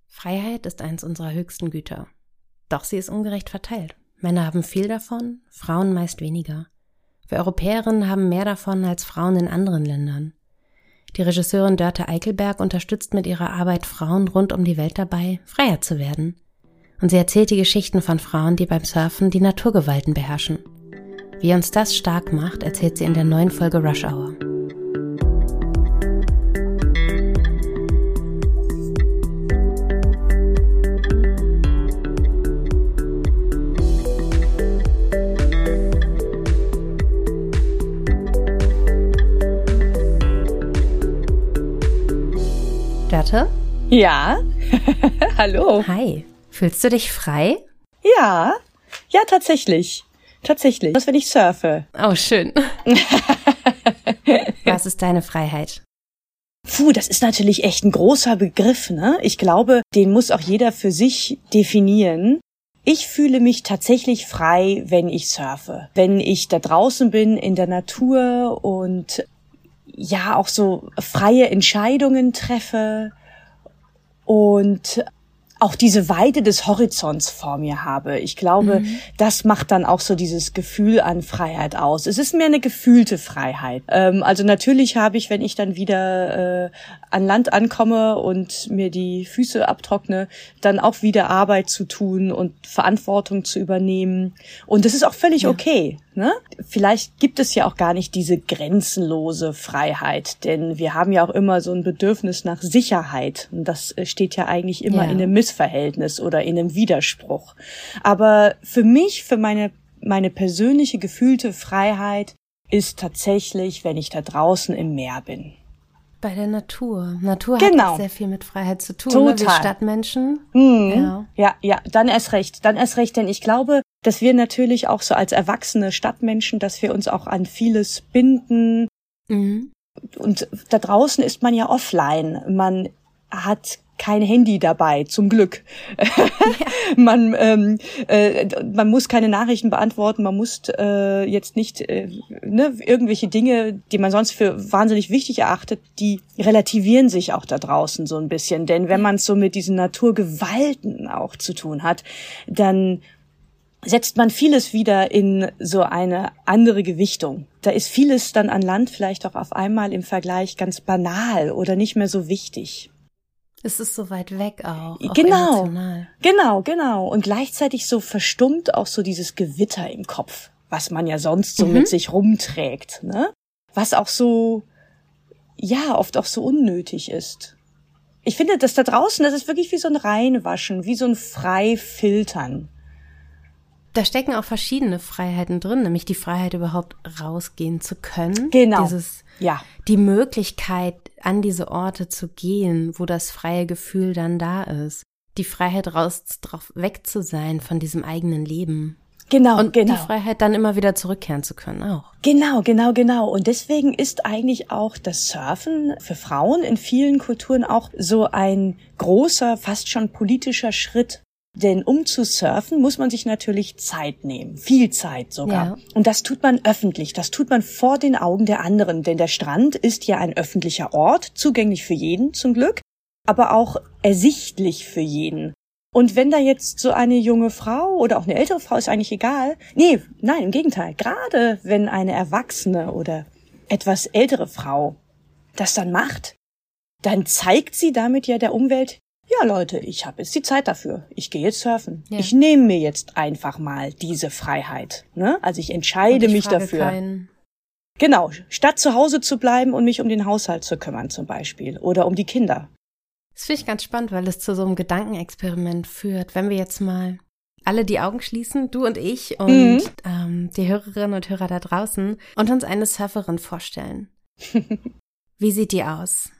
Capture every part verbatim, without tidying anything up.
Freiheit ist eins unserer höchsten Güter. Doch sie ist ungerecht verteilt. Männer haben viel davon, Frauen meist weniger. Wir Europäerinnen haben mehr davon als Frauen in anderen Ländern. Die Regisseurin Dörte Eickelberg unterstützt mit ihrer Arbeit Frauen rund um die Welt dabei, freier zu werden. Und sie erzählt die Geschichten von Frauen, die beim Surfen die Naturgewalten beherrschen. Wie uns das stark macht, erzählt sie in der neuen Folge Rush Hour. Dörte? Ja, hallo. Hi, fühlst du dich frei? Ja, ja, tatsächlich. Tatsächlich. Was, wenn ich surfe? Oh, schön. Was ist deine Freiheit? Puh, das ist natürlich echt ein großer Begriff, ne? Ich glaube, den muss auch jeder für sich definieren. Ich fühle mich tatsächlich frei, wenn ich surfe. Wenn ich da draußen bin in der Natur und ja auch so freie Entscheidungen treffe und auch diese Weite des Horizonts vor mir habe. Ich glaube, mhm. das macht dann auch so dieses Gefühl an Freiheit aus. Es ist mehr eine gefühlte Freiheit. Ähm, also natürlich habe ich, wenn ich dann wieder äh, an Land ankomme und mir die Füße abtrockne, dann auch wieder Arbeit zu tun und Verantwortung zu übernehmen. Und das ist auch völlig ja. okay. Ne? Vielleicht gibt es ja auch gar nicht diese grenzenlose Freiheit, denn wir haben ja auch immer so ein Bedürfnis nach Sicherheit. Und das steht ja eigentlich immer ja. in einem Missverhältnis oder in einem Widerspruch. Aber für mich, für meine, meine persönliche gefühlte Freiheit ist tatsächlich, wenn ich da draußen im Meer bin. Bei der Natur. Natur genau. hat sehr viel mit Freiheit zu tun. Total. Ne? Wir Stadtmenschen. Mhm. Ja. ja, ja, dann erst recht. Dann erst recht, denn ich glaube, dass wir natürlich auch so als erwachsene Stadtmenschen, dass wir uns auch an vieles binden. Mhm. Und da draußen ist man ja offline. Man hat kein Handy dabei, zum Glück. Ja. man ähm, äh, man muss keine Nachrichten beantworten, man muss äh, jetzt nicht äh, ne, irgendwelche Dinge, die man sonst für wahnsinnig wichtig erachtet, die relativieren sich auch da draußen so ein bisschen. Denn wenn man es so mit diesen Naturgewalten auch zu tun hat, dann setzt man vieles wieder in so eine andere Gewichtung. Da ist vieles dann an Land vielleicht auch auf einmal im Vergleich ganz banal oder nicht mehr so wichtig. Es ist so weit weg auch, auch genau, emotional. Genau, genau. Und gleichzeitig so verstummt auch so dieses Gewitter im Kopf, was man ja sonst so mhm. mit sich rumträgt, ne? Was auch so, ja, oft auch so unnötig ist. Ich finde, das da draußen, das ist wirklich wie so ein Reinwaschen, wie so ein Freifiltern. Da stecken auch verschiedene Freiheiten drin, nämlich die Freiheit, überhaupt rausgehen zu können. Genau, Dieses, ja. Die Möglichkeit, an diese Orte zu gehen, wo das freie Gefühl dann da ist. Die Freiheit, raus, drauf weg zu sein von diesem eigenen Leben. Genau, Und genau. die Freiheit, dann immer wieder zurückkehren zu können auch. Genau, genau, genau. Und deswegen ist eigentlich auch das Surfen für Frauen in vielen Kulturen auch so ein großer, fast schon politischer Schritt. Denn um zu surfen, muss man sich natürlich Zeit nehmen. Viel Zeit sogar. Ja. Und das tut man öffentlich. Das tut man vor den Augen der anderen. Denn der Strand ist ja ein öffentlicher Ort, zugänglich für jeden zum Glück, aber auch ersichtlich für jeden. Und wenn da jetzt so eine junge Frau oder auch eine ältere Frau, ist eigentlich egal. Nee, nein, im Gegenteil. Gerade wenn eine erwachsene oder etwas ältere Frau das dann macht, dann zeigt sie damit ja der Umwelt, ja Leute, ich habe jetzt die Zeit dafür. Ich gehe jetzt surfen. Ja. Ich nehme mir jetzt einfach mal diese Freiheit. Ne? Also ich entscheide ich mich dafür. Keinen. Genau, statt zu Hause zu bleiben und mich um den Haushalt zu kümmern zum Beispiel oder um die Kinder. Das finde ich ganz spannend, weil es zu so einem Gedankenexperiment führt. Wenn wir jetzt mal alle die Augen schließen, du und ich und mhm. ähm, die Hörerinnen und Hörer da draußen und uns eine Surferin vorstellen. Wie sieht die aus?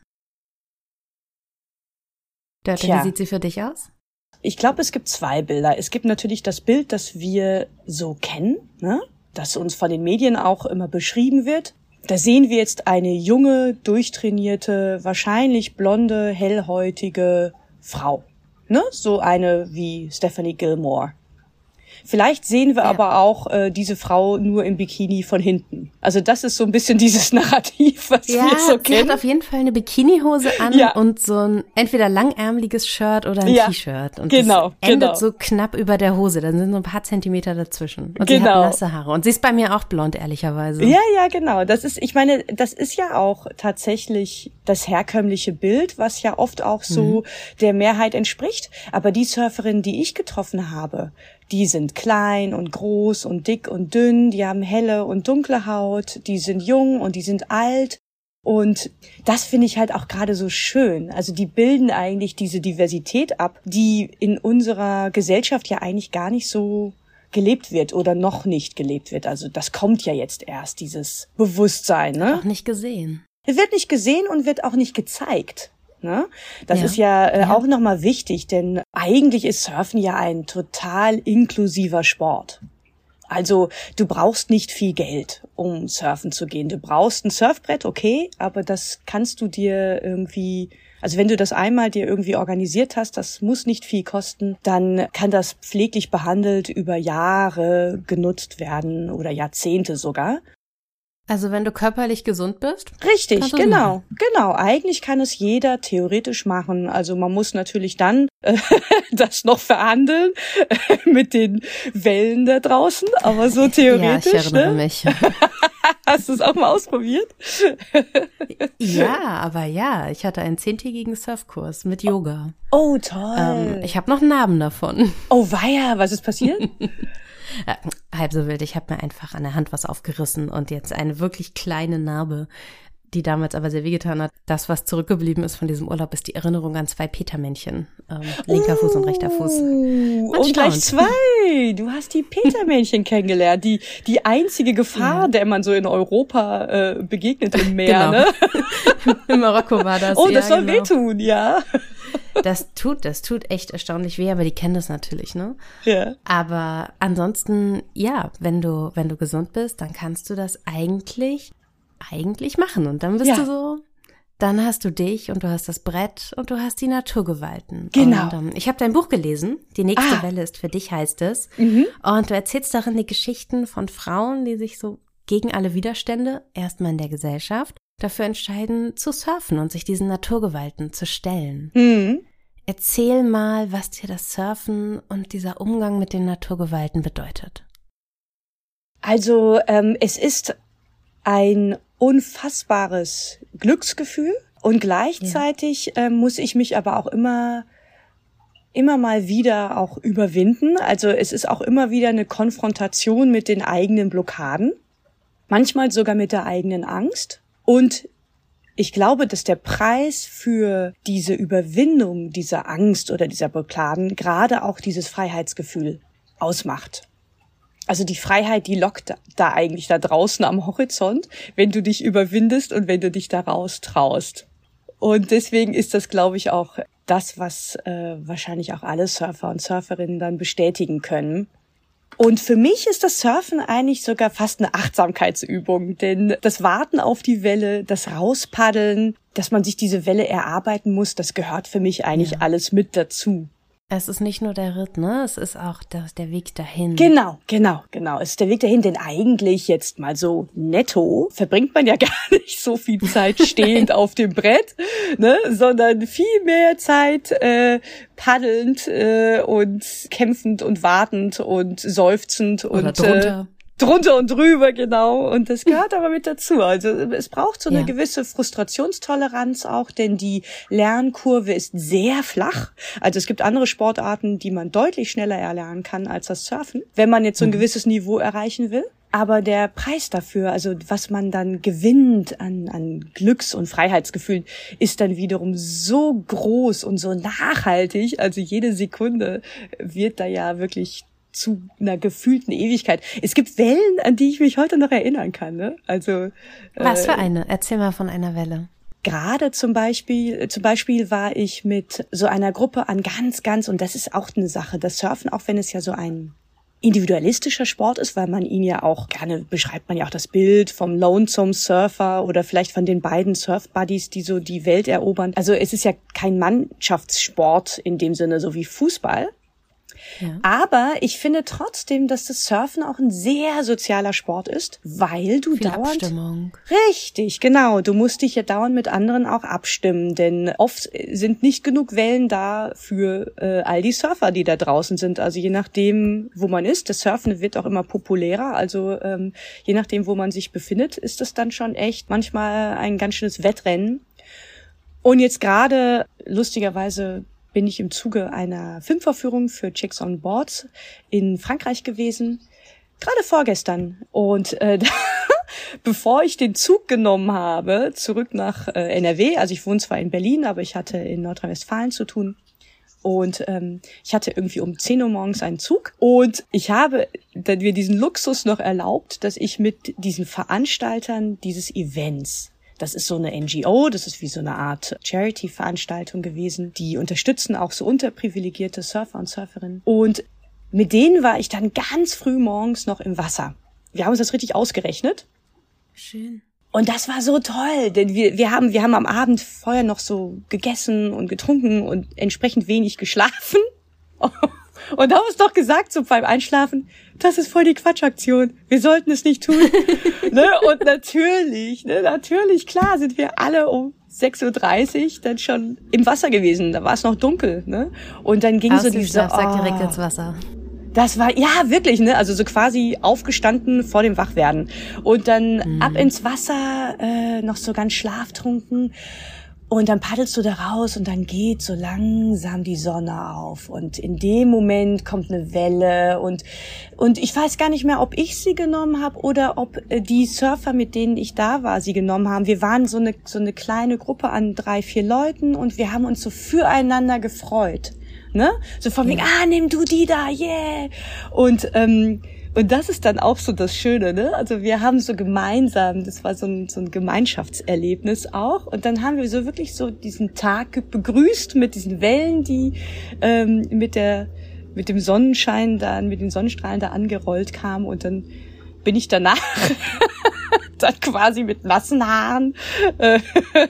Dörte, Tja. Wie sieht sie für dich aus? Ich glaube, es gibt zwei Bilder. Es gibt natürlich das Bild, das wir so kennen, ne? Das uns von den Medien auch immer beschrieben wird. Da sehen wir jetzt eine junge, durchtrainierte, wahrscheinlich blonde, hellhäutige Frau. Ne? So eine wie Stephanie Gilmore. Vielleicht sehen wir ja. aber auch äh, diese Frau nur im Bikini von hinten. Also das ist so ein bisschen dieses Narrativ, was ja, wir so sie kennen. hat auf jeden Fall eine Bikinihose an ja. und so ein entweder langärmeliges Shirt oder ein ja. T-Shirt. Und genau, das endet genau. so knapp über der Hose. Dann sind so ein paar Zentimeter dazwischen. Und genau. sie hat nasse Haare. Und sie ist bei mir auch blond, ehrlicherweise. Ja, ja, genau. Das ist, ich meine, das ist ja auch tatsächlich das herkömmliche Bild, was ja oft auch so mhm. der Mehrheit entspricht. Aber die Surferinnen, die ich getroffen habe, die sind klein und groß und dick und dünn, die haben helle und dunkle Haut, die sind jung und die sind alt. Und das finde ich halt auch gerade so schön. Also die bilden eigentlich diese Diversität ab, die in unserer Gesellschaft ja eigentlich gar nicht so gelebt wird oder noch nicht gelebt wird. Also das kommt ja jetzt erst, dieses Bewusstsein. Ne? Auch nicht gesehen. Es wird nicht gesehen und wird auch nicht gezeigt. Ne? Das ja. ist ja, äh, ja auch nochmal wichtig, denn eigentlich ist Surfen ja ein total inklusiver Sport. Also du brauchst nicht viel Geld, um surfen zu gehen. Du brauchst ein Surfbrett, okay, aber das kannst du dir irgendwie, also wenn du das einmal dir irgendwie organisiert hast, das muss nicht viel kosten, dann kann das pfleglich behandelt über Jahre genutzt werden oder Jahrzehnte sogar. Also wenn du körperlich gesund bist? Richtig, genau, genau. Eigentlich kann es jeder theoretisch machen. Also man muss natürlich dann äh, das noch verhandeln äh, mit den Wellen da draußen, aber so theoretisch. Ja, ich erinnere ne? mich. Hast du es auch mal ausprobiert? Ja, aber ja, ich hatte einen zehntägigen Surfkurs mit Yoga. Oh, toll. Ähm, ich habe noch Narben davon. Oh weia, was ist passiert? Ja, halb so wild. Ich habe mir einfach an der Hand was aufgerissen und jetzt eine wirklich kleine Narbe, die damals aber sehr wehgetan hat. Das, was zurückgeblieben ist von diesem Urlaub, ist die Erinnerung an zwei Petermännchen. Ähm, linker Fuß und rechter Fuß. Man und gleich zwei. Du hast die Petermännchen kennengelernt. Die die einzige Gefahr, ja. der man so in Europa äh, begegnet im Meer. Genau. Ne? In Marokko war das. Oh, das ja, soll genau. wehtun, ja. Das tut, das tut echt erstaunlich weh, aber die kennen das natürlich, ne? Ja. Aber ansonsten, ja, wenn du, wenn du gesund bist, dann kannst du das eigentlich, eigentlich machen. Und dann bist ja. du so, dann hast du dich und du hast das Brett und du hast die Naturgewalten. Genau. Und, ähm, ich habe dein Buch gelesen. Die nächste ah. Welle ist für dich, heißt es. Mhm. Und du erzählst darin die Geschichten von Frauen, die sich so gegen alle Widerstände, erstmal in der Gesellschaft, dafür entscheiden, zu surfen und sich diesen Naturgewalten zu stellen. Mhm. Erzähl mal, was dir das Surfen und dieser Umgang mit den Naturgewalten bedeutet. Also ähm, es ist ein unfassbares Glücksgefühl und gleichzeitig ja. ähm, muss ich mich aber auch immer immer mal wieder auch überwinden. Also es ist auch immer wieder eine Konfrontation mit den eigenen Blockaden, manchmal sogar mit der eigenen Angst. Und ich glaube, dass der Preis für diese Überwindung dieser Angst oder dieser Blockaden gerade auch dieses Freiheitsgefühl ausmacht. Also die Freiheit, die lockt da eigentlich da draußen am Horizont, wenn du dich überwindest und wenn du dich da raus traust. Und deswegen ist das, glaube ich, auch das, was äh, wahrscheinlich auch alle Surfer und Surferinnen dann bestätigen können. Und für mich ist das Surfen eigentlich sogar fast eine Achtsamkeitsübung, denn das Warten auf die Welle, das Rauspaddeln, dass man sich diese Welle erarbeiten muss, das gehört für mich eigentlich ja. alles mit dazu. Es ist nicht nur der Ritt, ne? Es ist auch der, der Weg dahin. Genau, genau, genau. Es ist der Weg dahin, denn eigentlich jetzt mal so netto verbringt man ja gar nicht so viel Zeit stehend auf dem Brett, ne? Sondern viel mehr Zeit äh, paddelnd äh, und kämpfend und wartend und seufzend Oder und drunter. Äh, drunter und drüber, genau. Und das gehört aber mit dazu. Also es braucht so eine ja. gewisse Frustrationstoleranz auch, denn die Lernkurve ist sehr flach. Also es gibt andere Sportarten, die man deutlich schneller erlernen kann als das Surfen, wenn man jetzt so ein gewisses Niveau erreichen will. Aber der Preis dafür, also was man dann gewinnt an, an Glücks- und Freiheitsgefühlen, ist dann wiederum so groß und so nachhaltig. Also jede Sekunde wird da ja wirklich zu einer gefühlten Ewigkeit. Es gibt Wellen, an die ich mich heute noch erinnern kann. Ne? Also was für äh, eine? Erzähl mal von einer Welle. Gerade zum Beispiel, zum Beispiel war ich mit so einer Gruppe an ganz, ganz, und das ist auch eine Sache, das Surfen, auch wenn es ja so ein individualistischer Sport ist, weil man ihn ja auch gerne, beschreibt man ja auch das Bild vom Lonesome Surfer oder vielleicht von den beiden Surf-Buddies, die so die Welt erobern. Also es ist ja kein Mannschaftssport in dem Sinne, so wie Fußball. Ja. Aber ich finde trotzdem, dass das Surfen auch ein sehr sozialer Sport ist, weil du Viel dauernd... Abstimmung. Richtig, genau. Du musst dich ja dauernd mit anderen auch abstimmen, denn oft sind nicht genug Wellen da für äh, all die Surfer, die da draußen sind. Also je nachdem, wo man ist, das Surfen wird auch immer populärer. Also ähm, je nachdem, wo man sich befindet, ist das dann schon echt manchmal ein ganz schönes Wettrennen. Und jetzt gerade, lustigerweise, bin ich im Zuge einer Filmvorführung für Chicks on Boards in Frankreich gewesen, gerade vorgestern. Und äh, bevor ich den Zug genommen habe, zurück nach äh, N R W, also ich wohne zwar in Berlin, aber ich hatte in Nordrhein-Westfalen zu tun. Und ähm, ich hatte irgendwie um zehn Uhr morgens einen Zug. Und ich habe dann mir diesen Luxus noch erlaubt, dass ich mit diesen Veranstaltern dieses Events, das ist so eine N G O, das ist wie so eine Art Charity-Veranstaltung gewesen. Die unterstützen auch so unterprivilegierte Surfer und Surferinnen. Und mit denen war ich dann ganz früh morgens noch im Wasser. Wir haben uns das richtig ausgerechnet. Schön. Und das war so toll, denn wir, wir haben, wir haben am Abend vorher noch so gegessen und getrunken und entsprechend wenig geschlafen. Und haben uns doch gesagt, so beim Einschlafen, das ist voll die Quatschaktion. Wir sollten es nicht tun. Ne? Und natürlich, ne, natürlich, klar, sind wir alle um sechs Uhr dreißig dann schon im Wasser gewesen. Da war es noch dunkel, ne? Und dann ging so diese, oh, direkt ins Wasser. Das war, ja, wirklich, ne, also so quasi aufgestanden vor dem Wachwerden. Und dann mhm. ab ins Wasser, äh, noch so ganz schlaftrunken. Und dann paddelst du da raus und dann geht so langsam die Sonne auf. Und in dem Moment kommt eine Welle. Und und ich weiß gar nicht mehr, ob ich sie genommen habe oder ob die Surfer, mit denen ich da war, sie genommen haben. Wir waren so eine so eine kleine Gruppe an drei, vier Leuten und wir haben uns so füreinander gefreut. Ne? So von wegen, ah, nimm du die da, yeah. Und ähm, und das ist dann auch so das Schöne, ne? Also wir haben so gemeinsam, das war so ein so ein Gemeinschaftserlebnis auch. Und dann haben wir so wirklich so diesen Tag begrüßt mit diesen Wellen, die ähm, mit der mit dem Sonnenschein dann, mit den Sonnenstrahlen da angerollt kamen. Und dann bin ich danach dann quasi mit nassen Haaren äh,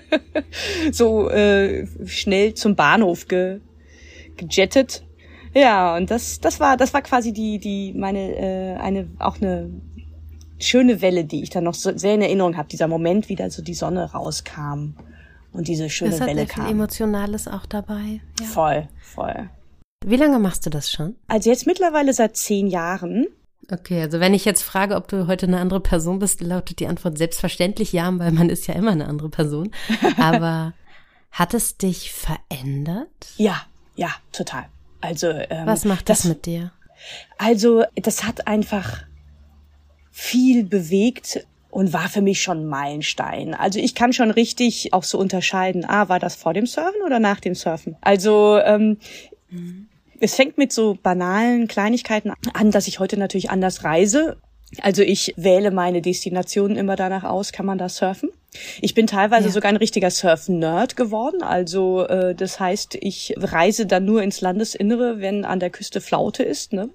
so äh, schnell zum Bahnhof ge gejettet. Ja, und das das war das war quasi die die meine äh, eine auch eine schöne Welle, die ich dann noch so sehr in Erinnerung habe, dieser Moment, wie da so die Sonne rauskam und diese schöne das hat Welle sehr viel kam. Emotionales auch dabei. Ja. Voll, voll. Wie lange machst du das schon? Also jetzt mittlerweile seit zehn Jahren. Okay, also wenn ich jetzt frage, ob du heute eine andere Person bist, lautet die Antwort selbstverständlich ja, weil man ist ja immer eine andere Person. Aber hat es dich verändert? Ja, ja, total. Also ähm, was macht das, das mit dir? Also das hat einfach viel bewegt und war für mich schon ein Meilenstein. Also ich kann schon richtig auch so unterscheiden, ah, war das vor dem Surfen oder nach dem Surfen? Also ähm, mhm. es fängt mit so banalen Kleinigkeiten an, dass ich heute natürlich anders reise. Also ich wähle meine Destinationen immer danach aus, kann man da surfen? Ich bin teilweise ja. sogar ein richtiger Surf-Nerd geworden. Also äh, das heißt, ich reise dann nur ins Landesinnere, wenn an der Küste Flaute ist. Ne?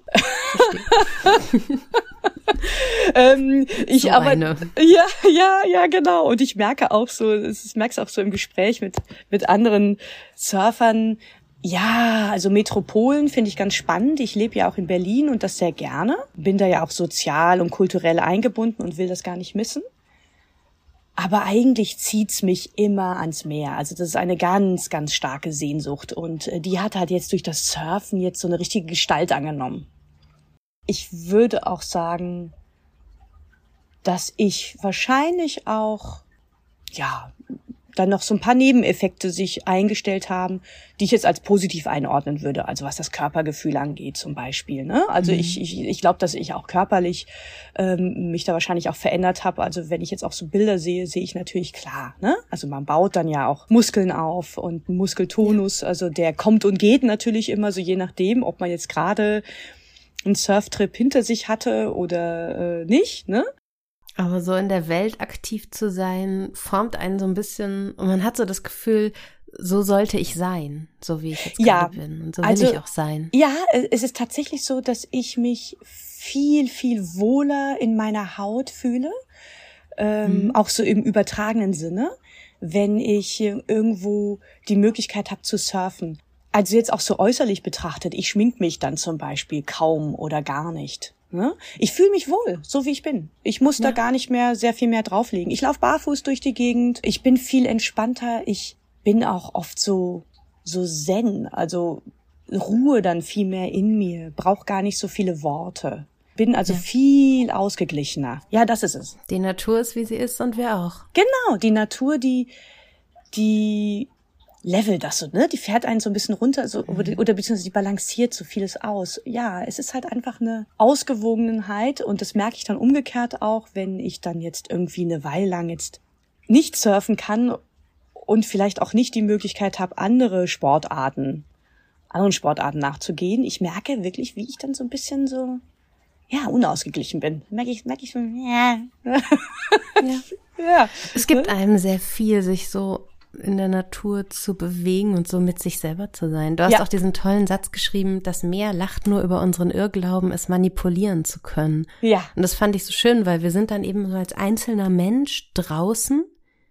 ähm, ich so aber eine. ja, ja, ja, genau. Und ich merke auch so, das merkst auch so im Gespräch mit mit anderen Surfern. Ja, also Metropolen finde ich ganz spannend. Ich lebe ja auch in Berlin und das sehr gerne. Bin da ja auch sozial und kulturell eingebunden und will das gar nicht missen. Aber eigentlich zieht's mich immer ans Meer. Also das ist eine ganz, ganz starke Sehnsucht. Und die hat halt jetzt durch das Surfen jetzt so eine richtige Gestalt angenommen. Ich würde auch sagen, dass ich wahrscheinlich auch, ja, dann noch so ein paar Nebeneffekte sich eingestellt haben, die ich jetzt als positiv einordnen würde. Also was das Körpergefühl angeht zum Beispiel. Ne? Also mhm. ich ich, ich glaube, dass ich auch körperlich ähm, mich da wahrscheinlich auch verändert habe. Also wenn ich jetzt auch so Bilder sehe, sehe ich natürlich klar. Ne? Also man baut dann ja auch Muskeln auf und Muskeltonus. Ja. Also der kommt und geht natürlich immer so, je nachdem, ob man jetzt gerade einen Surftrip hinter sich hatte oder äh, nicht. Ne? Aber so in der Welt aktiv zu sein, formt einen so ein bisschen, und man hat so das Gefühl, so sollte ich sein, so wie ich jetzt ja, gerade bin. Und so will also, ich auch sein. Ja, es ist tatsächlich so, dass ich mich viel, viel wohler in meiner Haut fühle, ähm, mhm. auch so im übertragenen Sinne, wenn ich irgendwo die Möglichkeit habe zu surfen. also jetzt auch so äußerlich betrachtet, ich schmink mich dann zum Beispiel kaum oder gar nicht. Ne? Ich fühle mich wohl, so wie ich bin. Ich muss ja. da gar nicht mehr sehr viel mehr drauflegen. Ich laufe barfuß durch die Gegend. Ich bin viel entspannter. Ich bin auch oft so so zen, also Ruhe dann viel mehr in mir. Brauche gar nicht so viele Worte. Bin also ja. viel ausgeglichener. Ja, das ist es. Die Natur ist, wie sie ist und wir auch. Genau, die Natur, die die levelt das so, ne? Die fährt einen so ein bisschen runter, so, mhm. oder, oder beziehungsweise die balanciert so vieles aus. Ja, es ist halt einfach eine Ausgewogenheit und das merke ich dann umgekehrt auch, wenn ich dann jetzt irgendwie eine Weile lang jetzt nicht surfen kann und vielleicht auch nicht die Möglichkeit habe, andere Sportarten, anderen Sportarten nachzugehen. Ich merke wirklich, wie ich dann so ein bisschen so, ja, unausgeglichen bin. Merke ich, merke ich so, ja. ja. ja. Es gibt einem sehr viel, sich so in der Natur zu bewegen und so mit sich selber zu sein. Du hast ja. auch diesen tollen Satz geschrieben, das Meer lacht nur über unseren Irrglauben, es manipulieren zu können. Ja. Und das fand ich so schön, weil wir sind dann eben so als einzelner Mensch draußen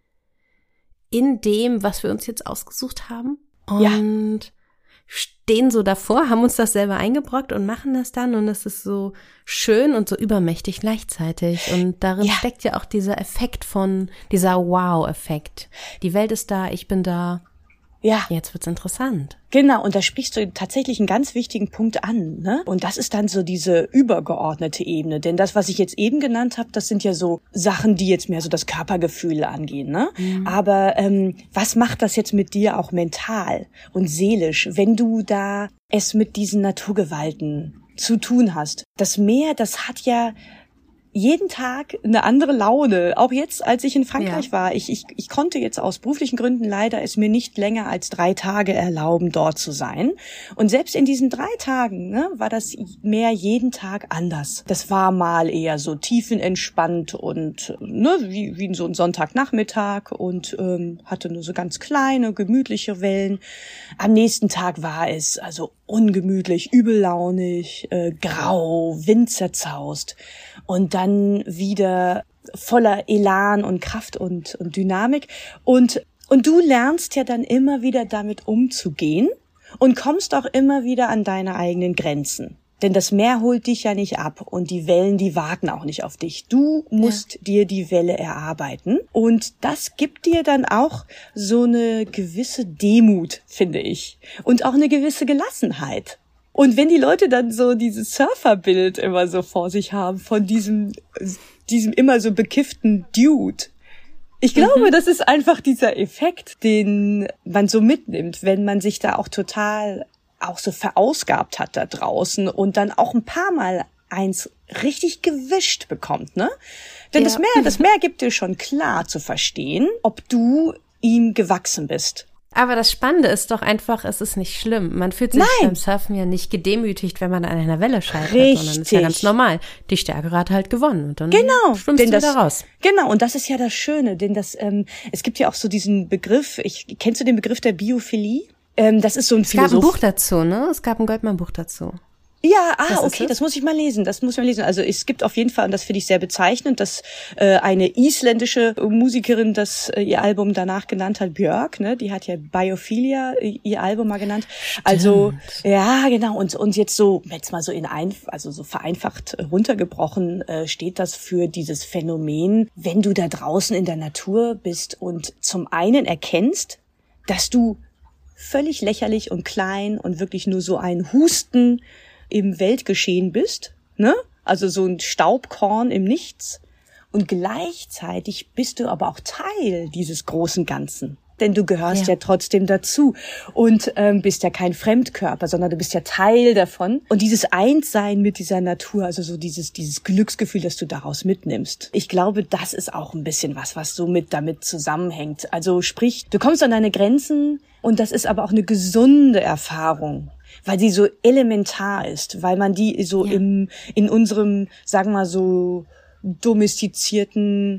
in dem, was wir uns jetzt ausgesucht haben und ja. stehen so davor, haben uns das selber eingebrockt und machen das dann und es ist so schön und so übermächtig gleichzeitig und darin ja. steckt ja auch dieser Effekt von, dieser Wow-Effekt. Die Welt ist da, ich bin da. Ja. Jetzt wird's interessant. Genau, und da sprichst du tatsächlich einen ganz wichtigen Punkt an, ne? Und das ist dann so diese übergeordnete Ebene, denn das, was ich jetzt eben genannt habe, das sind ja so Sachen, die jetzt mehr so das Körpergefühl angehen, ne? Mhm. Aber ähm, was macht das jetzt mit dir auch mental und seelisch, wenn du da es mit diesen Naturgewalten zu tun hast? Das Meer, das hat ja jeden Tag eine andere Laune, auch jetzt, als ich in Frankreich ja. war. Ich, ich, ich konnte jetzt aus beruflichen Gründen leider es mir nicht länger als drei Tage erlauben, dort zu sein. Und selbst in diesen drei Tagen ne, war das Meer jeden Tag anders. Das war mal eher so tiefenentspannt und ne, wie, wie so ein Sonntagnachmittag und ähm, hatte nur so ganz kleine, gemütliche Wellen. Am nächsten Tag war es also ungemütlich, übellaunig, äh, grau, windzerzaust. Und dann wieder voller Elan und Kraft und, und Dynamik. Und, und du lernst ja dann immer wieder damit umzugehen und kommst auch immer wieder an deine eigenen Grenzen. Denn das Meer holt dich ja nicht ab und die Wellen, die warten auch nicht auf dich. Du musst ja. dir die Welle erarbeiten. Und das gibt dir dann auch so eine gewisse Demut, finde ich. Und auch eine gewisse Gelassenheit. Und wenn die Leute dann so dieses Surferbild immer so vor sich haben von diesem, diesem immer so bekifften Dude. Ich glaube, mhm. das ist einfach dieser Effekt, den man so mitnimmt, wenn man sich da auch total auch so verausgabt hat da draußen und dann auch ein paar Mal eins richtig gewischt bekommt, ne? Denn ja. das Meer, das Meer gibt dir schon klar zu verstehen, ob du ihm gewachsen bist. Aber das Spannende ist doch einfach, es ist nicht schlimm. Man fühlt sich Nein. beim Surfen ja nicht gedemütigt, wenn man an einer Welle scheitert, Richtig. sondern es ist ja ganz normal. Die Stärkere hat halt gewonnen und dann genau. schwimmst denn du das, wieder raus. Genau, und das ist ja das Schöne, denn das, ähm, es gibt ja auch so diesen Begriff, ich, kennst du den Begriff der Biophilie? Ähm, das ist so ein Es Philosoph. gab ein Buch dazu, ne? Es gab ein Goldmann-Buch dazu. Ja, ah, Was okay, das muss ich mal lesen, das muss ich mal lesen. Also es gibt auf jeden Fall, und das finde ich sehr bezeichnend, dass äh, eine isländische Musikerin das äh, ihr Album danach genannt hat, Björk, ne, die hat ja Biophilia äh, ihr Album mal genannt. Stimmt. Also ja, genau, und und jetzt so, jetzt mal so in ein, also so vereinfacht runtergebrochen, äh, steht das für dieses Phänomen, wenn du da draußen in der Natur bist und zum einen erkennst, dass du völlig lächerlich und klein und wirklich nur so ein Husten im Weltgeschehen bist, ne? Also so ein Staubkorn im Nichts. Und gleichzeitig bist du aber auch Teil dieses großen Ganzen. Denn du gehörst ja, ja trotzdem dazu und ähm, bist ja kein Fremdkörper, sondern du bist ja Teil davon. Und dieses Einssein mit dieser Natur, also so dieses dieses Glücksgefühl, das du daraus mitnimmst. Ich glaube, das ist auch ein bisschen was, was so mit damit zusammenhängt. Also sprich, du kommst an deine Grenzen und das ist aber auch eine gesunde Erfahrung, weil sie so elementar ist, weil man die so ja. im in unserem, sagen wir mal so, domestizierten,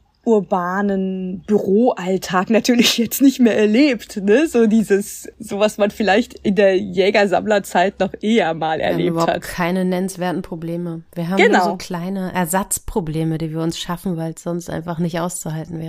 urbanen Büroalltag natürlich jetzt nicht mehr erlebt, ne? So dieses, so was man vielleicht in der Jägersammlerzeit noch eher mal erlebt hat. Wir haben überhaupt hat. keine nennenswerten Probleme. Wir haben genau. nur so kleine Ersatzprobleme, die wir uns schaffen, weil es sonst einfach nicht auszuhalten wäre.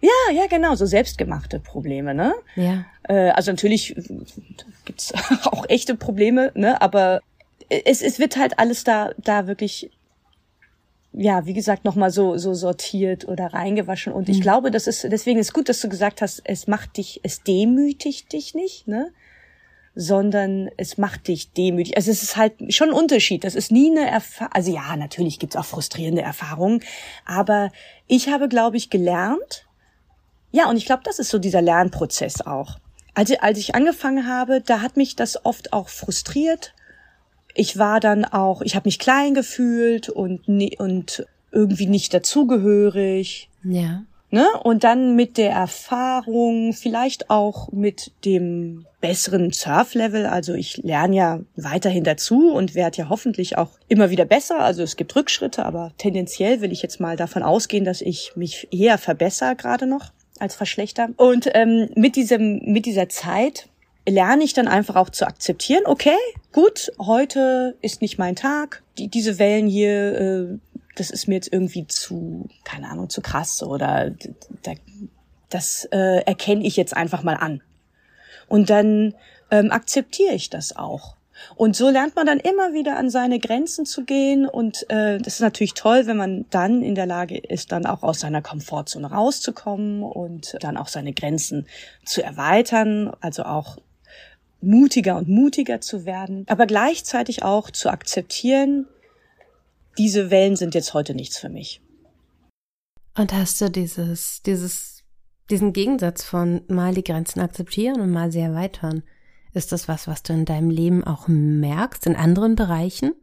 Ja, ja, genau, so selbstgemachte Probleme, ne? Ja. Äh, also natürlich gibt's auch echte Probleme, ne? Aber es, es wird halt alles da, da wirklich, ja, wie gesagt, nochmal so, so sortiert oder reingewaschen. Und ich mhm. glaube, das ist, deswegen ist gut, dass du gesagt hast, es macht dich, es demütigt dich nicht, ne? Sondern es macht dich demütig. Also es ist halt schon ein Unterschied. Das ist nie eine Erfahrung. Also ja, natürlich gibt's auch frustrierende Erfahrungen. Aber ich habe, glaube ich, gelernt. Ja, und ich glaube, das ist so dieser Lernprozess auch. Also als ich angefangen habe, da hat mich das oft auch frustriert. Ich war dann auch, ich habe mich klein gefühlt und, und irgendwie nicht dazugehörig. Ja. Ne? Und dann mit der Erfahrung, vielleicht auch mit dem besseren Surf-Level, also ich lerne ja weiterhin dazu und werde ja hoffentlich auch immer wieder besser, also es gibt Rückschritte, aber tendenziell will ich jetzt mal davon ausgehen, dass ich mich eher verbessere gerade noch als verschlechter. Und ähm, mit diesem, mit dieser Zeit lerne ich dann einfach auch zu akzeptieren, okay, gut, heute ist nicht mein Tag, die, diese Wellen hier, äh, das ist mir jetzt irgendwie zu, keine Ahnung, zu krass oder da, das äh, erkenne ich jetzt einfach mal an. Und dann ähm, akzeptiere ich das auch. Und so lernt man dann immer wieder an seine Grenzen zu gehen und äh, das ist natürlich toll, wenn man dann in der Lage ist, dann auch aus seiner Komfortzone rauszukommen und dann auch seine Grenzen zu erweitern, also auch mutiger und mutiger zu werden, aber gleichzeitig auch zu akzeptieren, diese Wellen sind jetzt heute nichts für mich. Und hast du dieses, dieses, diesen Gegensatz von mal die Grenzen akzeptieren und mal sie erweitern? Ist das was, was du in deinem Leben auch merkst, in anderen Bereichen?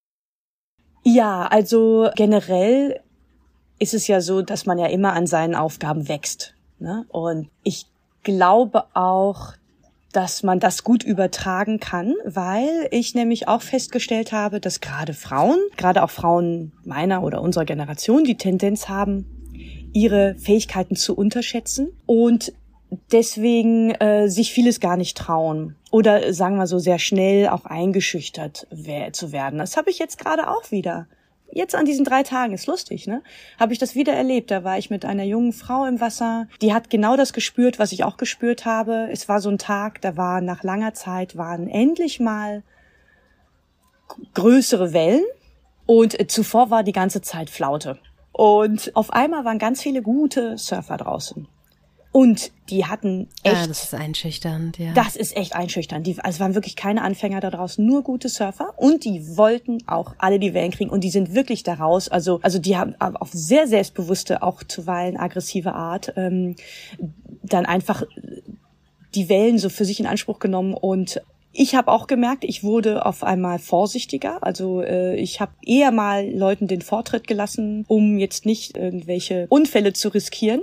Ja, also generell ist es ja so, dass man ja immer an seinen Aufgaben wächst, ne? Und ich glaube auch, dass man das gut übertragen kann, weil ich nämlich auch festgestellt habe, dass gerade Frauen, gerade auch Frauen meiner oder unserer Generation, die Tendenz haben, ihre Fähigkeiten zu unterschätzen und deswegen äh, sich vieles gar nicht trauen oder sagen wir so sehr schnell auch eingeschüchtert we- zu werden. Das habe ich jetzt gerade auch wieder. Jetzt an diesen drei Tagen, ist lustig, ne? Habe ich das wieder erlebt. Da war ich mit einer jungen Frau im Wasser. Die hat genau das gespürt, was ich auch gespürt habe. Es war so ein Tag, da war nach langer Zeit, waren endlich mal größere Wellen. Und äh, zuvor war die ganze Zeit Flaute. Und auf einmal waren ganz viele gute Surfer draußen. Und die hatten echt... Ah, das ist einschüchternd, ja. Das ist echt einschüchternd. Die, also es waren wirklich keine Anfänger da draußen, nur gute Surfer. Und die wollten auch alle die Wellen kriegen. Und die sind wirklich da raus. Also, also die haben auf sehr selbstbewusste, auch zuweilen aggressive Art, ähm, dann einfach die Wellen so für sich in Anspruch genommen. Und ich habe auch gemerkt, ich wurde auf einmal vorsichtiger. Also äh, ich habe eher mal Leuten den Vortritt gelassen, um jetzt nicht irgendwelche Unfälle zu riskieren.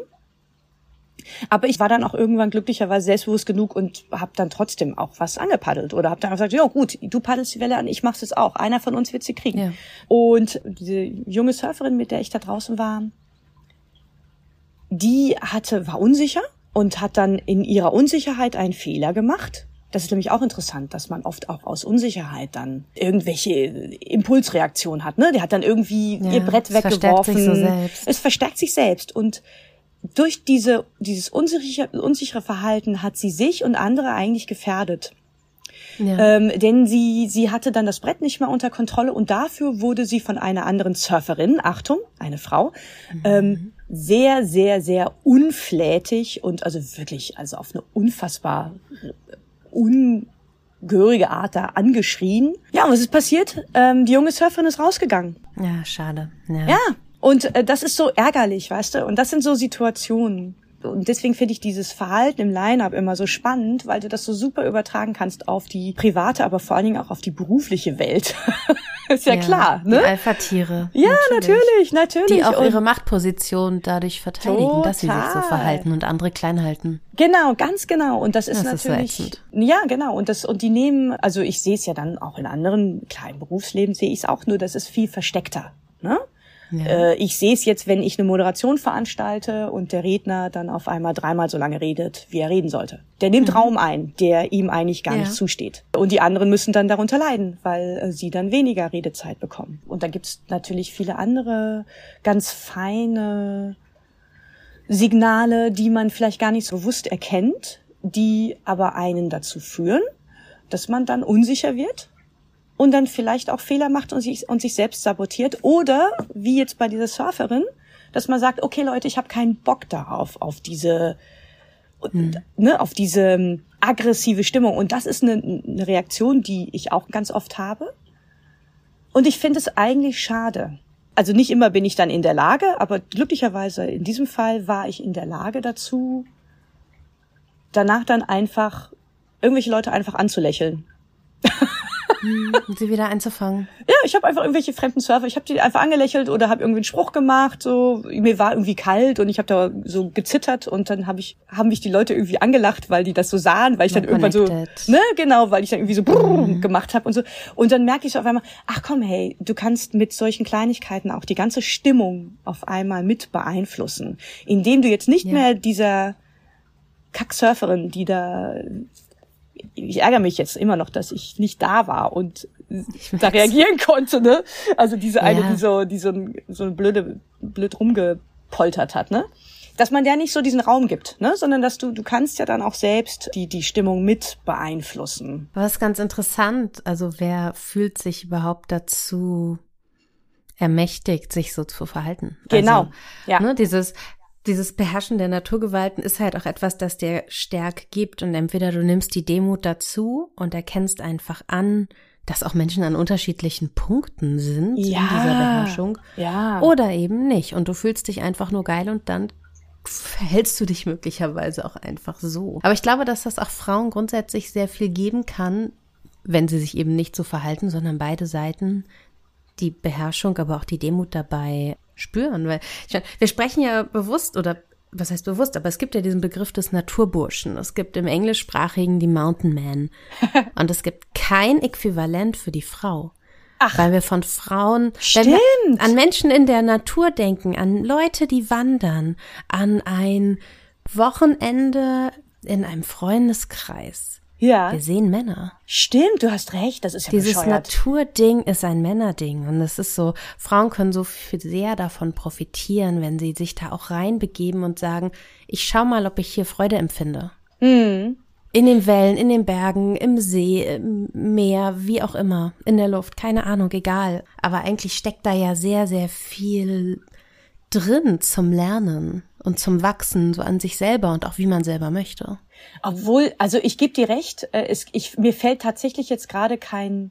Aber ich war dann auch irgendwann glücklicherweise selbstbewusst genug und habe dann trotzdem auch was angepaddelt oder habe dann gesagt, ja gut, du paddelst die Welle an, ich mach's jetzt auch. Einer von uns wird sie kriegen. Ja. Und diese junge Surferin, mit der ich da draußen war, die hatte war unsicher und hat dann in ihrer Unsicherheit einen Fehler gemacht. Das ist nämlich auch interessant, dass man oft auch aus Unsicherheit dann irgendwelche Impulsreaktionen hat. Ne? Die hat dann irgendwie ja, ihr Brett weggeworfen. Es verstärkt sich so selbst. Es verstärkt sich selbst und durch diese, dieses unsichere, unsichere Verhalten hat sie sich und andere eigentlich gefährdet. Ja. Ähm, denn sie, sie hatte dann das Brett nicht mehr unter Kontrolle und dafür wurde sie von einer anderen Surferin, Achtung, eine Frau, mhm. ähm, sehr, sehr, sehr unflätig und also wirklich, also auf eine unfassbar ungehörige Art da angeschrien. Ja, und was ist passiert? Ähm, die junge Surferin ist rausgegangen. Ja, schade. Ja. Ja. Und äh, das ist so ärgerlich, weißt du? Und das sind so Situationen. Und deswegen finde ich dieses Verhalten im Line-Up immer so spannend, weil du das so super übertragen kannst auf die private, aber vor allen Dingen auch auf die berufliche Welt. Ist ja, ja klar, ne? Die Alpha-Tiere. Ja, natürlich, natürlich. natürlich. Die auch und ihre Machtposition dadurch verteidigen, total. Dass sie sich so verhalten und andere klein halten. Genau, ganz genau. Und das ist das natürlich... Ist ja, genau. Und das und die nehmen... Also ich sehe es ja dann auch in anderen kleinen Berufsleben, sehe ich es auch nur, das ist viel versteckter, ne? Ja. Äh, ich sehe es jetzt, wenn ich eine Moderation veranstalte und der Redner dann auf einmal dreimal so lange redet, wie er reden sollte. Der nimmt mhm. Raum ein, der ihm eigentlich gar ja. nicht zusteht. Und die anderen müssen dann darunter leiden, weil äh, sie dann weniger Redezeit bekommen. Und dann gibt's natürlich viele andere ganz feine Signale, die man vielleicht gar nicht so bewusst erkennt, die aber einen dazu führen, dass man dann unsicher wird und dann vielleicht auch Fehler macht und sich, und sich selbst sabotiert. Oder, wie jetzt bei dieser Surferin, dass man sagt, okay Leute, ich habe keinen Bock darauf, auf diese, hm. ne, auf diese aggressive Stimmung. Und das ist eine, eine Reaktion, die ich auch ganz oft habe. Und ich finde es eigentlich schade. Also nicht immer bin ich dann in der Lage, aber glücklicherweise in diesem Fall war ich in der Lage dazu, danach dann einfach irgendwelche Leute einfach anzulächeln. Und sie wieder einzufangen. Ja, ich habe einfach irgendwelche fremden Surfer, ich habe die einfach angelächelt oder habe irgendwie einen Spruch gemacht, so mir war irgendwie kalt und ich habe da so gezittert und dann habe ich haben mich die Leute irgendwie angelacht, weil die das so sahen, weil ich dann More irgendwann connected. so, ne, genau, weil ich dann irgendwie so brrr Mhm. gemacht habe und so und dann merke ich so auf einmal, ach komm, hey, du kannst mit solchen Kleinigkeiten auch die ganze Stimmung auf einmal mit beeinflussen, indem du jetzt nicht Ja. mehr dieser Kacksurferin, die da ich ärgere mich jetzt immer noch, dass ich nicht da war und da reagieren konnte, ne? Also diese eine, Ja. die so, die so, ein, so ein blöde, blöd rumgepoltert hat, ne? Dass man der nicht so diesen Raum gibt, ne? Sondern dass du, du kannst ja dann auch selbst die, die Stimmung mit beeinflussen. Aber das ist ganz interessant. Also wer fühlt sich überhaupt dazu ermächtigt, sich so zu verhalten? Genau, Also, ja. ne, dieses Dieses Beherrschen der Naturgewalten ist halt auch etwas, das dir Stärke gibt und entweder du nimmst die Demut dazu und erkennst einfach an, dass auch Menschen an unterschiedlichen Punkten sind Ja. in dieser Beherrschung Ja. oder eben nicht und du fühlst dich einfach nur geil und dann verhältst du dich möglicherweise auch einfach so. Aber ich glaube, dass das auch Frauen grundsätzlich sehr viel geben kann, wenn sie sich eben nicht so verhalten, sondern beide Seiten die Beherrschung, aber auch die Demut dabei spüren, weil ich meine, wir sprechen ja bewusst oder was heißt bewusst, aber es gibt ja diesen Begriff des Naturburschen. Es gibt im Englischsprachigen die Mountain Man und es gibt kein Äquivalent für die Frau. Ach, weil wir von Frauen, stimmt. wenn wir an Menschen in der Natur denken, an Leute, die wandern, an ein Wochenende in einem Freundeskreis. Ja. Wir sehen Männer. Stimmt, du hast recht, das ist ja Dieses bescheuert. Naturding ist ein Männerding und es ist so, Frauen können so viel sehr davon profitieren, wenn sie sich da auch reinbegeben und sagen, ich schau mal, ob ich hier Freude empfinde. Mhm. In den Wellen, in den Bergen, im See, im Meer, wie auch immer, in der Luft, keine Ahnung, egal. Aber eigentlich steckt da ja sehr, sehr viel drin zum Lernen und zum Wachsen, so an sich selber und auch wie man selber möchte. Obwohl, also ich gebe dir recht, äh, es, ich, mir fällt tatsächlich jetzt gerade kein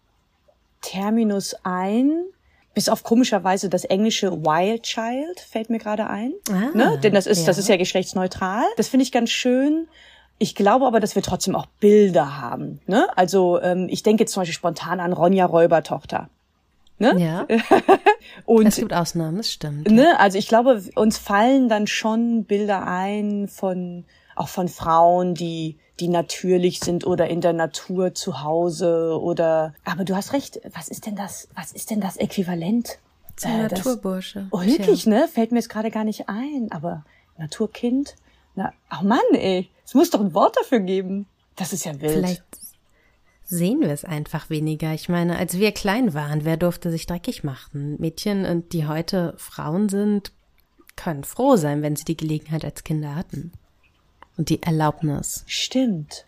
Terminus ein, bis auf komischerweise das englische Wild Child fällt mir gerade ein. Ah, Ne? Denn das ist, ja. das ist ja geschlechtsneutral. Das finde ich ganz schön. Ich glaube aber, dass wir trotzdem auch Bilder haben. Ne? Also ähm, ich denke jetzt zum Beispiel spontan an Ronja Räubertochter. Ne? Ja, Und es gibt Ausnahmen, das stimmt. ne, also ich glaube, uns fallen dann schon Bilder ein von auch von Frauen, die die natürlich sind oder in der Natur zu Hause oder. Aber du hast recht. Was ist denn das? Was ist denn das Äquivalent? Zum Äh, das- Naturbursche. Oh, wirklich, ne? Fällt mir jetzt gerade gar nicht ein. Aber Naturkind? Na, ach Mann, ey, es muss doch ein Wort dafür geben. Das ist ja wild. Vielleicht sehen wir es einfach weniger. Ich meine, als wir klein waren, wer durfte sich dreckig machen? Mädchen, die heute Frauen sind, können froh sein, wenn sie die Gelegenheit als Kinder hatten. Und die Erlaubnis. Stimmt.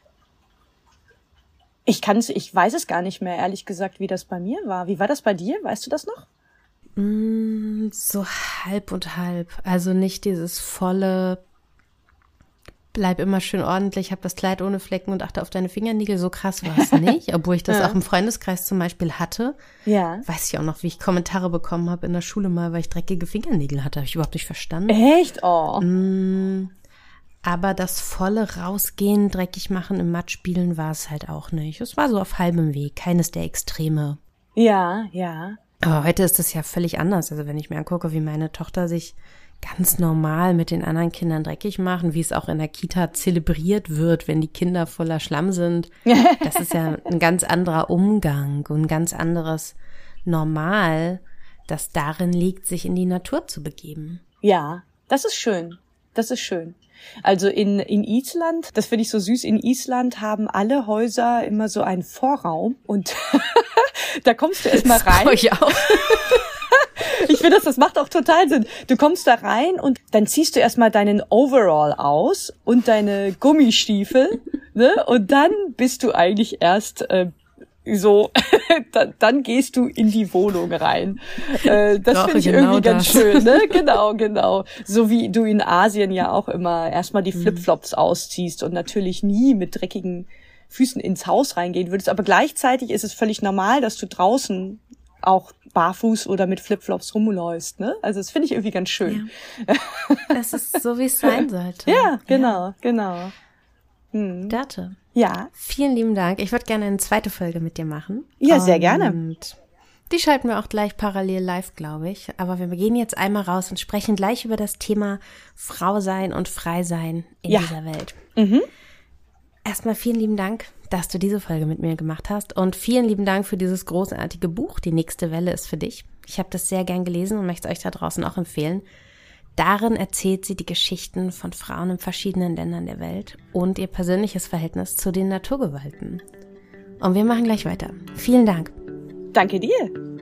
Ich kann's, ich weiß es gar nicht mehr, ehrlich gesagt, wie das bei mir war. Wie war das bei dir? Weißt du das noch? Mm, so halb und halb. Also nicht dieses volle, bleib immer schön ordentlich, hab das Kleid ohne Flecken und achte auf deine Fingernägel. So krass war es nicht, obwohl ich das Ja. auch im Freundeskreis zum Beispiel hatte. Ja. Weiß ich auch noch, wie ich Kommentare bekommen habe in der Schule mal, weil ich dreckige Fingernägel hatte. Habe ich überhaupt nicht verstanden. Echt? Oh. Mm, aber das volle Rausgehen, dreckig machen, im Matsch spielen war es halt auch nicht. Es war so auf halbem Weg, keines der Extreme. Ja, ja. Aber heute ist es ja völlig anders. Also wenn ich mir angucke, wie meine Tochter sich ganz normal mit den anderen Kindern dreckig machen, wie es auch in der Kita zelebriert wird, wenn die Kinder voller Schlamm sind. Das ist ja ein ganz anderer Umgang und ein ganz anderes Normal, das darin liegt, sich in die Natur zu begeben. Ja, das ist schön. Das ist schön. Also in, in Island, das finde ich so süß, in Island haben alle Häuser immer so einen Vorraum und da kommst du erstmal rein. Ich auch. Ich finde, das, das macht auch total Sinn. Du kommst da rein und dann ziehst du erstmal deinen Overall aus und deine Gummistiefel, ne? Und dann bist du eigentlich erst äh, so, dann, dann gehst du in die Wohnung rein. Äh, das finde ich genau irgendwie das. Ganz schön, ne? Genau, genau. So wie du in Asien ja auch immer erstmal die Flipflops mhm. ausziehst und natürlich nie mit dreckigen Füßen ins Haus reingehen würdest. Aber gleichzeitig ist es völlig normal, dass du draußen auch barfuß oder mit Flipflops rumläufst, ne? Also das finde ich irgendwie ganz schön. Ja. Das ist so, wie es sein sollte. Ja, genau, ja. genau. Hm. Dörte. Ja. Vielen lieben Dank. Ich würde gerne eine zweite Folge mit dir machen. Ja, sehr gerne. Und die schalten wir auch gleich parallel live, glaube ich. Aber wir gehen jetzt einmal raus und sprechen gleich über das Thema Frau sein und frei sein in ja. dieser Welt. Mhm. Erstmal vielen lieben Dank, dass du diese Folge mit mir gemacht hast. Und vielen lieben Dank für dieses großartige Buch. Die nächste Welle ist für dich. Ich habe das sehr gern gelesen und möchte es euch da draußen auch empfehlen. Darin erzählt sie die Geschichten von Frauen in verschiedenen Ländern der Welt und ihr persönliches Verhältnis zu den Naturgewalten. Und wir machen gleich weiter. Vielen Dank. Danke dir.